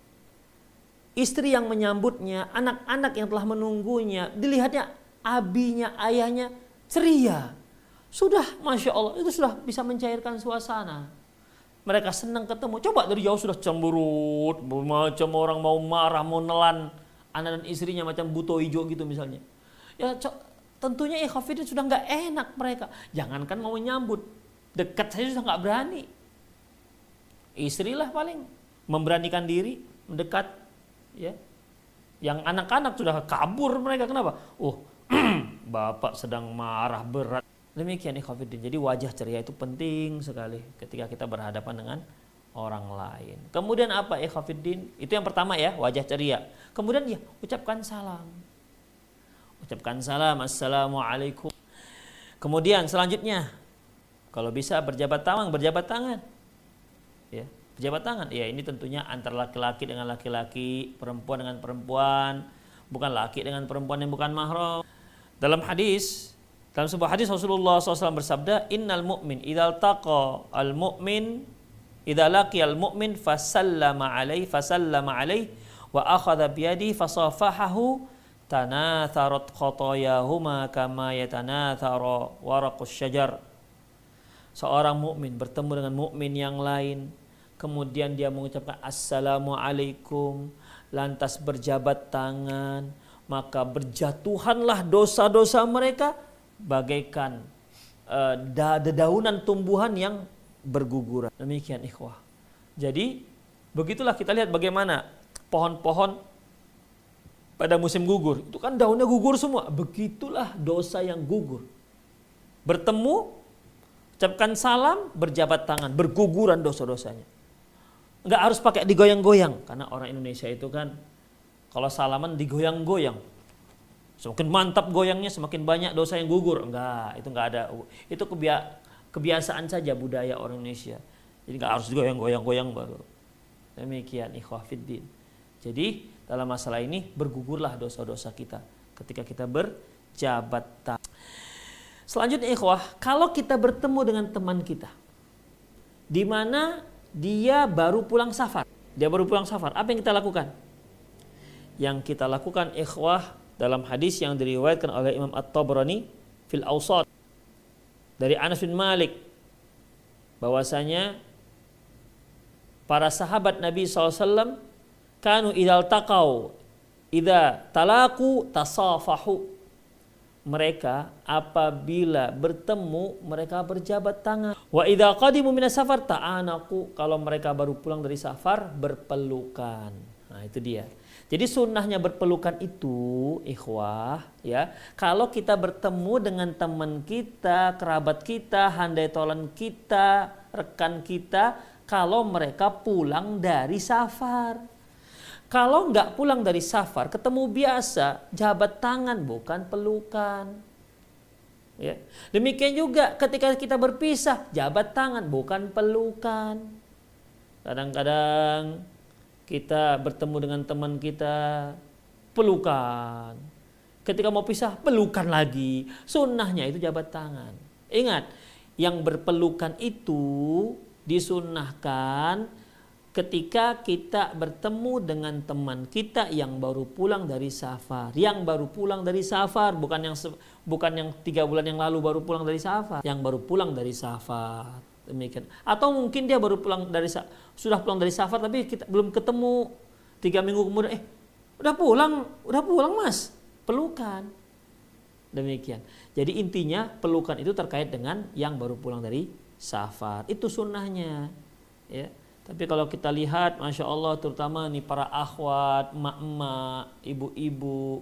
[SPEAKER 1] istri yang menyambutnya, anak-anak yang telah menunggunya, dilihatnya abinya, ayahnya ceria. Sudah, masya Allah, itu sudah bisa mencairkan suasana. Mereka senang ketemu. Coba dari jauh sudah cemberut, macam orang mau marah, mau nelan anak dan istrinya macam buto hijau gitu misalnya. Ya tentunya ikhwatiddin sudah nggak enak mereka. Jangankan mau menyambut, dekat saja sudah nggak berani. Istri lah paling memberanikan diri mendekat, ya. Yang anak-anak sudah kabur mereka. Kenapa? Oh, bapak sedang marah berat. Demikian ikhwatiddin. Jadi wajah ceria itu penting sekali ketika kita berhadapan dengan orang lain. Kemudian apa ikhwatiddin? Itu yang pertama ya, wajah ceria. Kemudian ya, ucapkan salam. Ucapkan salam, assalamualaikum. Kemudian selanjutnya, kalau bisa berjabat tangan, berjabat tangan. Ya, berjabat tangan. Ya, ini tentunya antara laki-laki dengan laki-laki, perempuan dengan perempuan, bukan laki dengan perempuan yang bukan mahram. Dalam hadis Dalam sebuah hadis Rasulullah shallallahu alaihi wasallam bersabda, Innal mu'min idhal taqa al mu'min idha laqi al mu'min fasallama alaih fasallama alaih wa akhadha biyadi fasafahahu tanatharat khotoyahuma kama yatanathara waraqus syajar. Seorang mukmin bertemu dengan mukmin yang lain, kemudian dia mengucapkan assalamualaikum, lantas berjabat tangan, maka berjatuhanlah dosa-dosa mereka bagaikan uh, dedaunan tumbuhan yang berguguran. Demikian ikhwah. Jadi begitulah kita lihat bagaimana pohon-pohon pada musim gugur. Itu kan daunnya gugur semua. Begitulah dosa yang gugur. Bertemu, ucapkan salam, berjabat tangan, berguguran dosa-dosanya. Enggak harus pakai digoyang-goyang. Karena orang Indonesia itu kan kalau salaman digoyang-goyang. Semakin mantap goyangnya, semakin banyak dosa yang gugur. Enggak, itu enggak ada. Itu kebiasaan saja budaya orang Indonesia. Jadi enggak harus goyang-goyang-goyang baru. Demikian ikhwah fiddin. Jadi dalam masalah ini, bergugurlah dosa-dosa kita ketika kita berjabat tangan. Selanjutnya ikhwah, kalau kita bertemu dengan teman kita di mana dia baru pulang safar, dia baru pulang safar, apa yang kita lakukan? Yang kita lakukan ikhwah dalam hadis yang diriwayatkan oleh Imam At-Tabrani fil Awsat dari Anas bin Malik, bahwasanya para sahabat Nabi shallallahu alaihi wasallam kanu idal taqau idza talaku tasafahu. Mereka apabila bertemu mereka berjabat tangan. Wa idza qadimu minas safar ta'anaku. Kalau mereka baru pulang dari safar berpelukan. Nah, itu dia. Jadi sunnahnya berpelukan itu ikhwah ya. Kalau kita bertemu dengan teman kita, kerabat kita, handai tolan kita, rekan kita, kalau mereka pulang dari safar. Kalau nggak pulang dari safar, ketemu biasa, jabat tangan bukan pelukan. Ya. Demikian juga ketika kita berpisah, jabat tangan bukan pelukan. Kadang-kadang kita bertemu dengan teman kita, pelukan. Ketika mau pisah, pelukan lagi. Sunnahnya itu jabat tangan. Ingat, yang berpelukan itu disunnahkan ketika kita bertemu dengan teman kita yang baru pulang dari safar. Yang baru pulang dari safar, bukan yang bukan yang tiga bulan yang lalu baru pulang dari safar. Yang baru pulang dari safar. Demikian. Atau mungkin dia baru pulang dari sudah pulang dari safar tapi kita belum ketemu, tiga minggu kemudian, eh udah pulang, udah pulang mas, pelukan. Demikian. Jadi intinya pelukan itu terkait dengan yang baru pulang dari safar. Itu sunnahnya. Ya. Tapi kalau kita lihat, masya Allah, terutama nih para akhwat, emak-emak, ibu-ibu,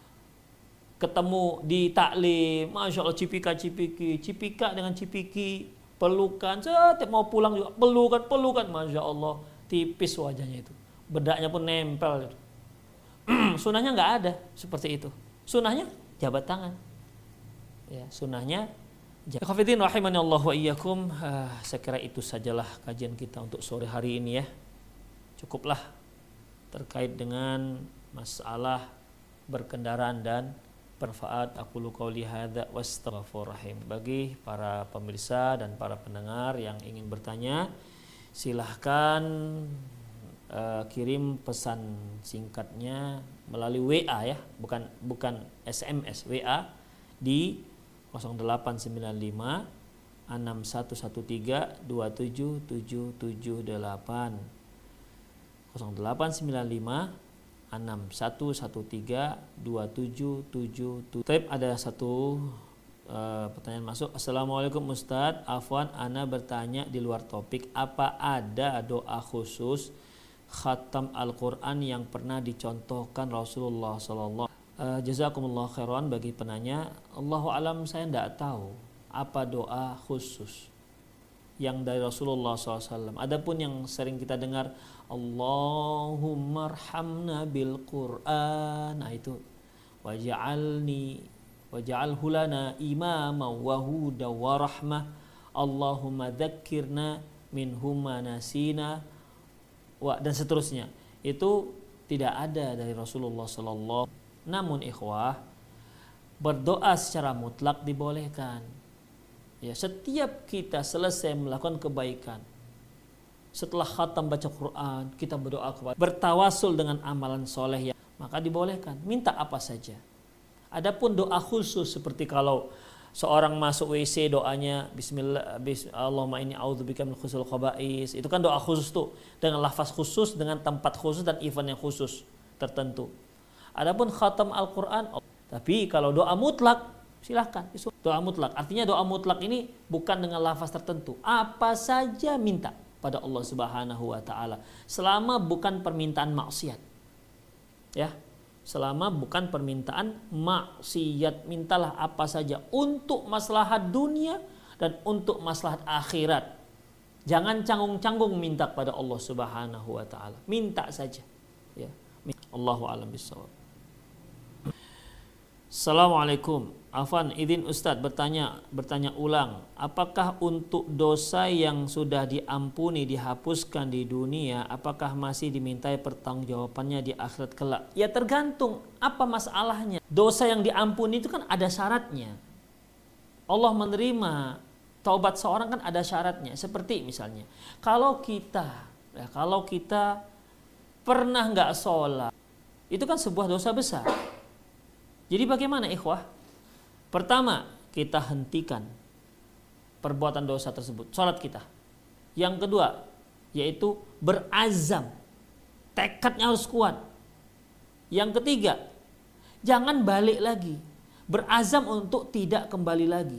[SPEAKER 1] ketemu di taklim, masya Allah, cipika-cipiki, cipika dengan cipiki, pelukan, setiap mau pulang juga pelukan, pelukan, masya Allah, tipis wajahnya itu, bedaknya pun nempel. Sunnahnya nggak ada seperti itu. Sunnahnya jabat tangan. Ya, sunnahnya. Khafidin rahimani Allah wa iyyakum. uh, Saya kira itu sajalah kajian kita untuk sore hari ini ya. Cukuplah terkait dengan masalah berkendaraan dan bermanfaat. Aku qouli hadza wastaghfirullahim. Bagi para pemirsa dan para pendengar yang ingin bertanya, silahkan uh, kirim pesan singkatnya melalui W A ya, bukan bukan S M S, W A di nol delapan sembilan lima enam satu satu tiga dua tujuh tujuh tujuh delapan nol delapan sembilan lima enam satu satu tiga dua tujuh tujuh tujuh. Tapi ada satu uh, pertanyaan masuk. Assalamualaikum Ustadz, afwan ana bertanya di luar topik, apa ada doa khusus khatam Al-Quran yang pernah dicontohkan Rasulullah sallallahu alaihi wasallam? Uh, jazakumullah khairan bagi penanya. Allahu alam, saya tidak tahu apa doa khusus yang dari Rasulullah shallallahu alaihi wasallam. Adapun yang sering kita dengar, Allahumma arhamna bil Quran, nah itu waj'alni waj'alhu lana imama wa huda wa rahmah, Allahumma dzakkirna minhuma nasina, wa, dan seterusnya. Itu tidak ada dari Rasulullah sallallahu alaihi wasallam. Namun ikhwah, berdoa secara mutlak dibolehkan. Ya, setiap kita selesai melakukan kebaikan, setelah khatam baca Quran, kita berdoa kepada, bertawasul dengan amalan soleh, ya, maka dibolehkan. Minta apa saja. Adapun doa khusus seperti kalau seorang masuk W C doanya Bismillah, Allahumma inni a'udzubika min khusul khaba'is, itu kan doa khusus tuh, dengan lafaz khusus, dengan tempat khusus dan event yang khusus tertentu. Adapun khatam Al-Quran, tapi kalau doa mutlak silahkan. Doa mutlak, artinya doa mutlak ini bukan dengan lafaz tertentu. Apa saja minta pada Allah Subhanahu wa taala, selama bukan permintaan maksiat. Ya, selama bukan permintaan maksiat, mintalah apa saja untuk maslahat dunia dan untuk maslahat akhirat. Jangan canggung-canggung minta kepada Allah Subhanahu wa taala. Minta saja. Ya. Allahu a'lam bishawab. Assalamualaikum. Afan, izin Ustadz bertanya bertanya ulang. Apakah untuk dosa yang sudah diampuni dihapuskan di dunia, apakah masih dimintai pertanggungjawabannya di akhirat kelak? Ya tergantung apa masalahnya. Dosa yang diampuni itu kan ada syaratnya. Allah menerima taubat seorang kan ada syaratnya. Seperti misalnya, kalau kita ya, kalau kita pernah nggak sholat, itu kan sebuah dosa besar. Jadi bagaimana ikhwah? Pertama, kita hentikan perbuatan dosa tersebut, sholat kita. Yang kedua, yaitu berazam, tekadnya harus kuat. Yang ketiga, jangan balik lagi, berazam untuk tidak kembali lagi.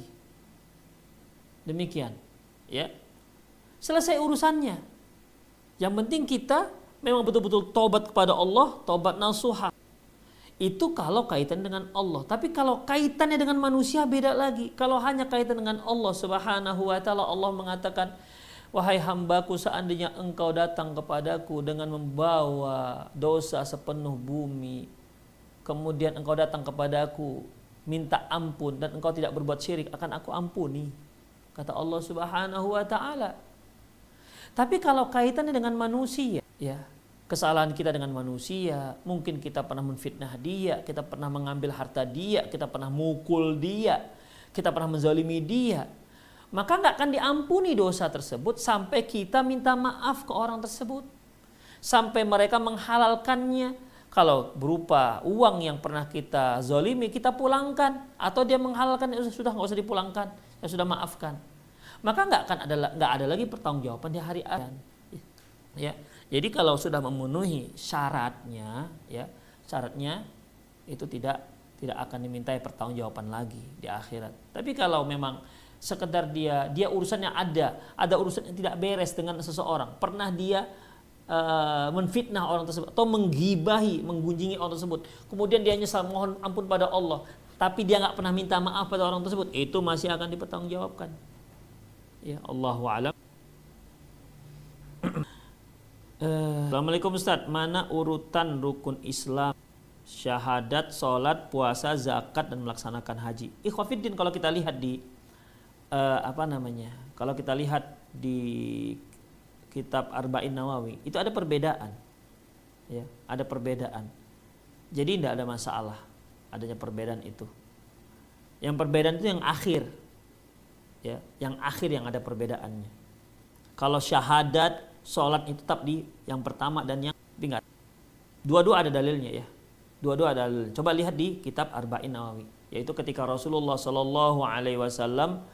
[SPEAKER 1] Demikian, ya. Selesai urusannya. Yang penting kita memang betul-betul taubat kepada Allah, taubat nasuha. Itu kalau kaitan dengan Allah. Tapi kalau kaitannya dengan manusia beda lagi. Kalau hanya kaitan dengan Allah Subhanahu wa taala, Allah mengatakan, wahai hambaku, seandainya engkau datang kepadaku dengan membawa dosa sepenuh bumi, kemudian engkau datang kepadaku minta ampun dan engkau tidak berbuat syirik, akan aku ampuni, kata Allah Subhanahu wa taala. Tapi kalau kaitannya dengan manusia, ya, kesalahan kita dengan manusia, mungkin kita pernah menfitnah dia, kita pernah mengambil harta dia, kita pernah mukul dia, kita pernah menzalimi dia, maka nggak akan diampuni dosa tersebut sampai kita minta maaf ke orang tersebut, sampai mereka menghalalkannya. Kalau berupa uang yang pernah kita zalimi, kita pulangkan, atau dia menghalalkan, ya sudah nggak usah dipulangkan, ya sudah maafkan, maka nggak akan ada nggak ada lagi pertanggungjawaban di hari akhirat. Ya. Jadi kalau sudah memenuhi syaratnya, ya, syaratnya itu tidak tidak akan dimintai pertanggungjawaban lagi di akhirat. Tapi kalau memang sekedar dia dia urusannya ada, ada urusan yang tidak beres dengan seseorang, pernah dia uh, menfitnah orang tersebut atau menggibahi, menggunjingi orang tersebut, kemudian dia nyesal mohon ampun pada Allah, tapi dia nggak pernah minta maaf pada orang tersebut, itu masih akan dipertanggungjawabkan. Ya, Allahu a'lam. Uh, Assalamualaikum Ustaz, mana urutan rukun Islam, syahadat, sholat, puasa, zakat, dan melaksanakan haji? Ikhwafiddin, kalau kita lihat di uh, apa namanya, kalau kita lihat di kitab Arba'in Nawawi, itu ada perbedaan, ya, ada perbedaan. Jadi tidak ada masalah adanya perbedaan itu. Yang perbedaan itu yang akhir, ya, yang akhir yang ada perbedaannya. Kalau syahadat, sholat itu tetap di yang pertama dan yang tinggal. Dua-dua ada dalilnya, ya. Dua-dua ada dalil. Coba lihat di kitab Arba'in Nawawi, yaitu ketika Rasulullah Shallallahu Alaihi Wasallam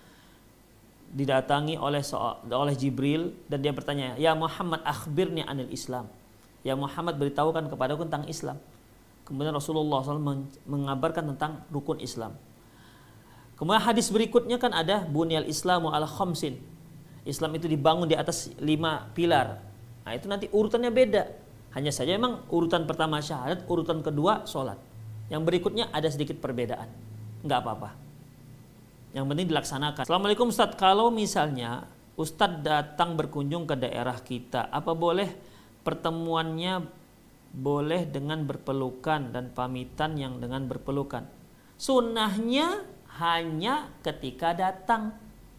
[SPEAKER 1] didatangi oleh oleh Jibril dan dia bertanya, ya Muhammad, akhbirni anil Islam. Ya Muhammad, beritahukan kepadaku tentang Islam. Kemudian Rasulullah shallallahu alaihi wasallam mengabarkan tentang rukun Islam. Kemudian hadis berikutnya kan ada bunyal Islamu ala khamsin. Islam itu dibangun di atas lima pilar. Nah itu nanti urutannya beda. Hanya saja memang urutan pertama syahadat, urutan kedua sholat. Yang berikutnya ada sedikit perbedaan. Enggak apa-apa. Yang penting dilaksanakan. Assalamualaikum Ustadz, kalau misalnya Ustadz datang berkunjung ke daerah kita, apa boleh pertemuannya boleh dengan berpelukan dan pamitan yang dengan berpelukan? Sunnahnya hanya ketika datang.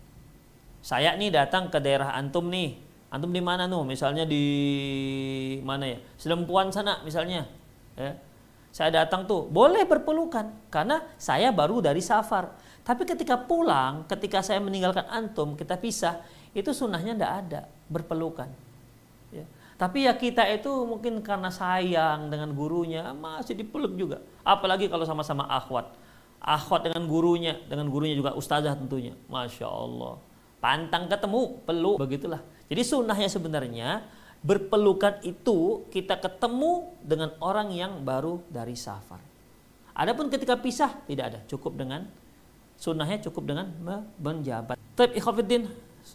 [SPEAKER 1] Saya nih datang ke daerah antum nih. Antum di mana nuh? Misalnya di mana ya? Selempuan sana misalnya. Ya. Saya datang tuh, boleh berpelukan karena saya baru dari safar. Tapi ketika pulang, ketika saya meninggalkan antum, kita pisah, itu sunnahnya ndak ada berpelukan. Ya. Tapi ya kita itu mungkin karena sayang dengan gurunya masih dipeluk juga. Apalagi kalau sama-sama akhwat. Akhwat dengan gurunya, dengan gurunya juga ustazah tentunya. Masya Allah. Pantang ketemu, peluk, begitulah. Jadi sunnahnya sebenarnya berpelukan itu kita ketemu dengan orang yang baru dari safar. Adapun ketika pisah tidak ada, cukup dengan sunnahnya cukup dengan menjabat. Taib ikhwafiddin,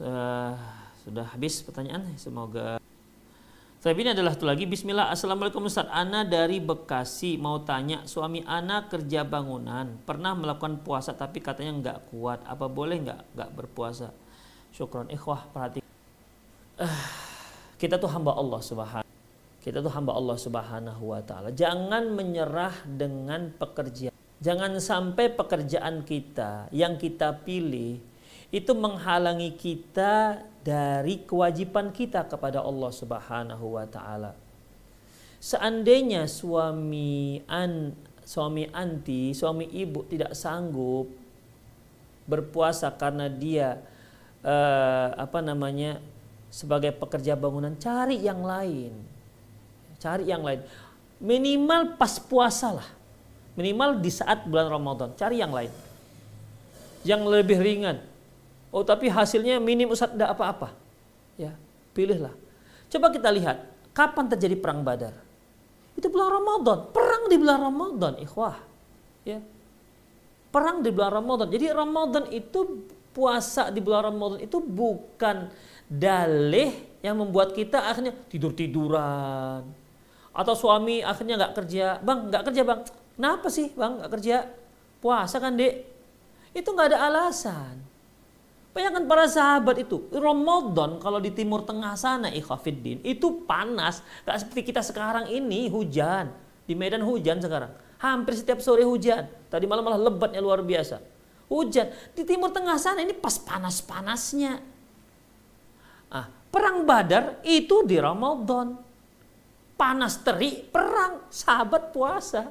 [SPEAKER 1] sudah habis pertanyaan, semoga. Tapi ini adalah satu lagi. Bismillah. Assalamualaikum Ustaz, Ana dari Bekasi mau tanya, suami Ana kerja bangunan, pernah melakukan puasa tapi katanya nggak kuat, apa boleh nggak nggak berpuasa? Syukron ikhwah, perhati. Uh, kita tuh hamba Allah Subhanahu. Kita tuh hamba Allah Subhanahu wa taala. Jangan menyerah dengan pekerjaan. Jangan sampai pekerjaan kita yang kita pilih itu menghalangi kita dari kewajiban kita kepada Allah Subhanahu wa taala. Seandainya suami an suami anti, suami ibu tidak sanggup berpuasa karena dia eh, apa namanya sebagai pekerja bangunan, cari yang lain. Cari yang lain. Minimal pas puasa lah. Minimal di saat bulan Ramadan, cari yang lain. Yang lebih ringan. Oh, tapi hasilnya minim Ustaz, tidak apa-apa. Ya, pilihlah. Coba kita lihat, kapan terjadi perang Badar? Itu bulan Ramadan, perang di bulan Ramadan, ikhwah. Ya. Perang di bulan Ramadan. Jadi Ramadan itu, puasa di bulan Ramadan itu bukan dalih yang membuat kita akhirnya tidur-tiduran. Atau suami akhirnya nggak kerja, bang nggak kerja bang, kenapa sih bang nggak kerja? Puasa kan dek? Itu nggak ada alasan. Bayangkan para sahabat itu, Ramadan kalau di Timur Tengah sana, ikhwafiddin, itu panas, nggak seperti kita sekarang ini hujan. Di Medan hujan sekarang, hampir setiap sore hujan. Tadi malam malah lebatnya luar biasa. Hujan di Timur Tengah sana ini pas panas-panasnya. Ah, perang Badar itu di Ramadan. Panas terik, perang, sahabat puasa.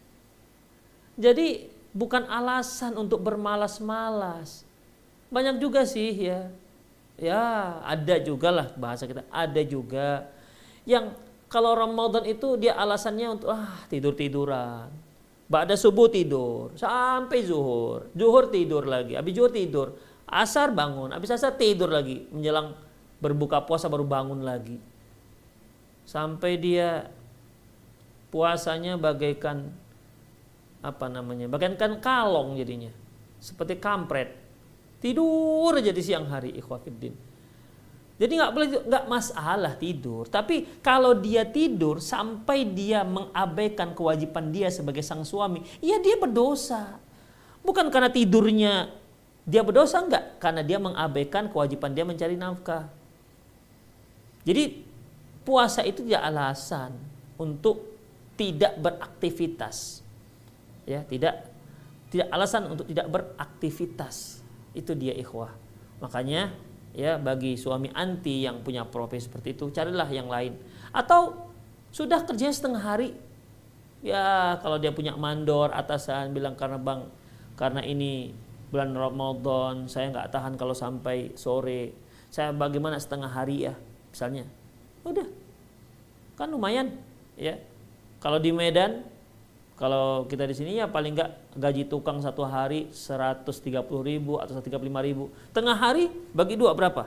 [SPEAKER 1] Jadi bukan alasan untuk bermalas-malas. Banyak juga sih ya. Ya ada juga lah bahasa kita. Ada juga yang kalau Ramadan itu dia alasannya untuk ah tidur-tiduran. Ba'da subuh tidur sampai zuhur. Zuhur tidur lagi, habis zuhur tidur. Asar bangun, habis asar tidur lagi. Menjelang berbuka puasa baru bangun lagi. Sampai dia puasanya bagaikan apa namanya? Bagaikan kalong jadinya. Seperti kampret. Tidur aja di siang hari, ikhwafiddin. Jadi nggak boleh, nggak masalah tidur. Tapi kalau dia tidur sampai dia mengabaikan kewajiban dia sebagai sang suami, ya dia berdosa. Bukan karena tidurnya dia berdosa, enggak, karena dia mengabaikan kewajiban dia mencari nafkah. Jadi puasa itu tidak alasan untuk tidak beraktivitas. Ya, tidak tidak alasan untuk tidak beraktivitas. Itu dia ikhwah. Makanya ya bagi suami anti yang punya profesi seperti itu, carilah yang lain. Atau sudah kerjanya setengah hari. Ya, kalau dia punya mandor atasan bilang karena Bang, karena ini bulan Ramadan, saya nggak tahan kalau sampai sore. Saya bagaimana setengah hari ya, misalnya. Udah, kan lumayan ya. Kalau di Medan, kalau kita di sini ya paling nggak gaji tukang satu hari seratus tiga puluh ribu atau seratus tiga puluh lima ribu. Tengah hari bagi dua berapa?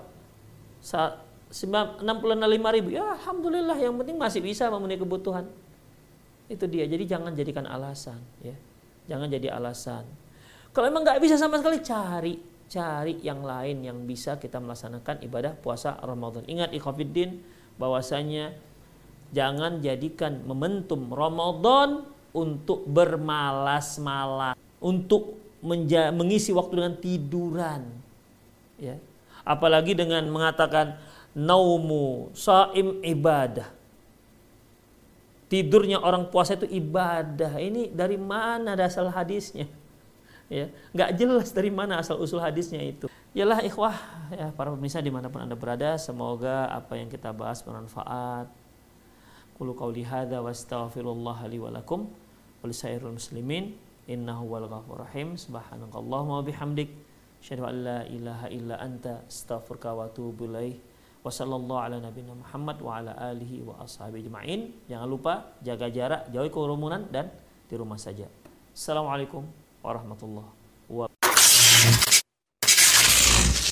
[SPEAKER 1] enam puluh lima ribu. Ya alhamdulillah, yang penting masih bisa memenuhi kebutuhan. Itu dia. Jadi jangan jadikan alasan ya. Jangan jadi alasan. Kalau emang nggak bisa sama sekali, cari cari yang lain yang bisa kita melaksanakan ibadah puasa Ramadan. Ingat ikhwafiddin, bahwasanya jangan jadikan momentum Ramadan untuk bermalas-malas, untuk menja- mengisi waktu dengan tiduran. Ya. Apalagi dengan mengatakan naumu shaim ibadah. Tidurnya orang puasa itu ibadah. Ini dari mana asal hadisnya? Ya, nggak jelas dari mana asal usul hadisnya itu. Yalah ikhwah, ya para pemirsa dimanapun Anda berada, semoga apa yang kita bahas bermanfaat. Qulu qauli hadza wa astaghfirullah li wa lakum wa lisairil muslimin innahu wal ghafurur rahim. Subhanakallahumma wa bihamdik asyhadu an la ilaha illa anta astaghfiruka wa atubu ilaik. Wa sallallahu ala nabiyina Muhammad wa ala alihi wa ashabihi ajma'in. Jangan lupa jaga jarak, jauhi kerumunan dan di rumah saja. Assalamualaikum warahmatullahi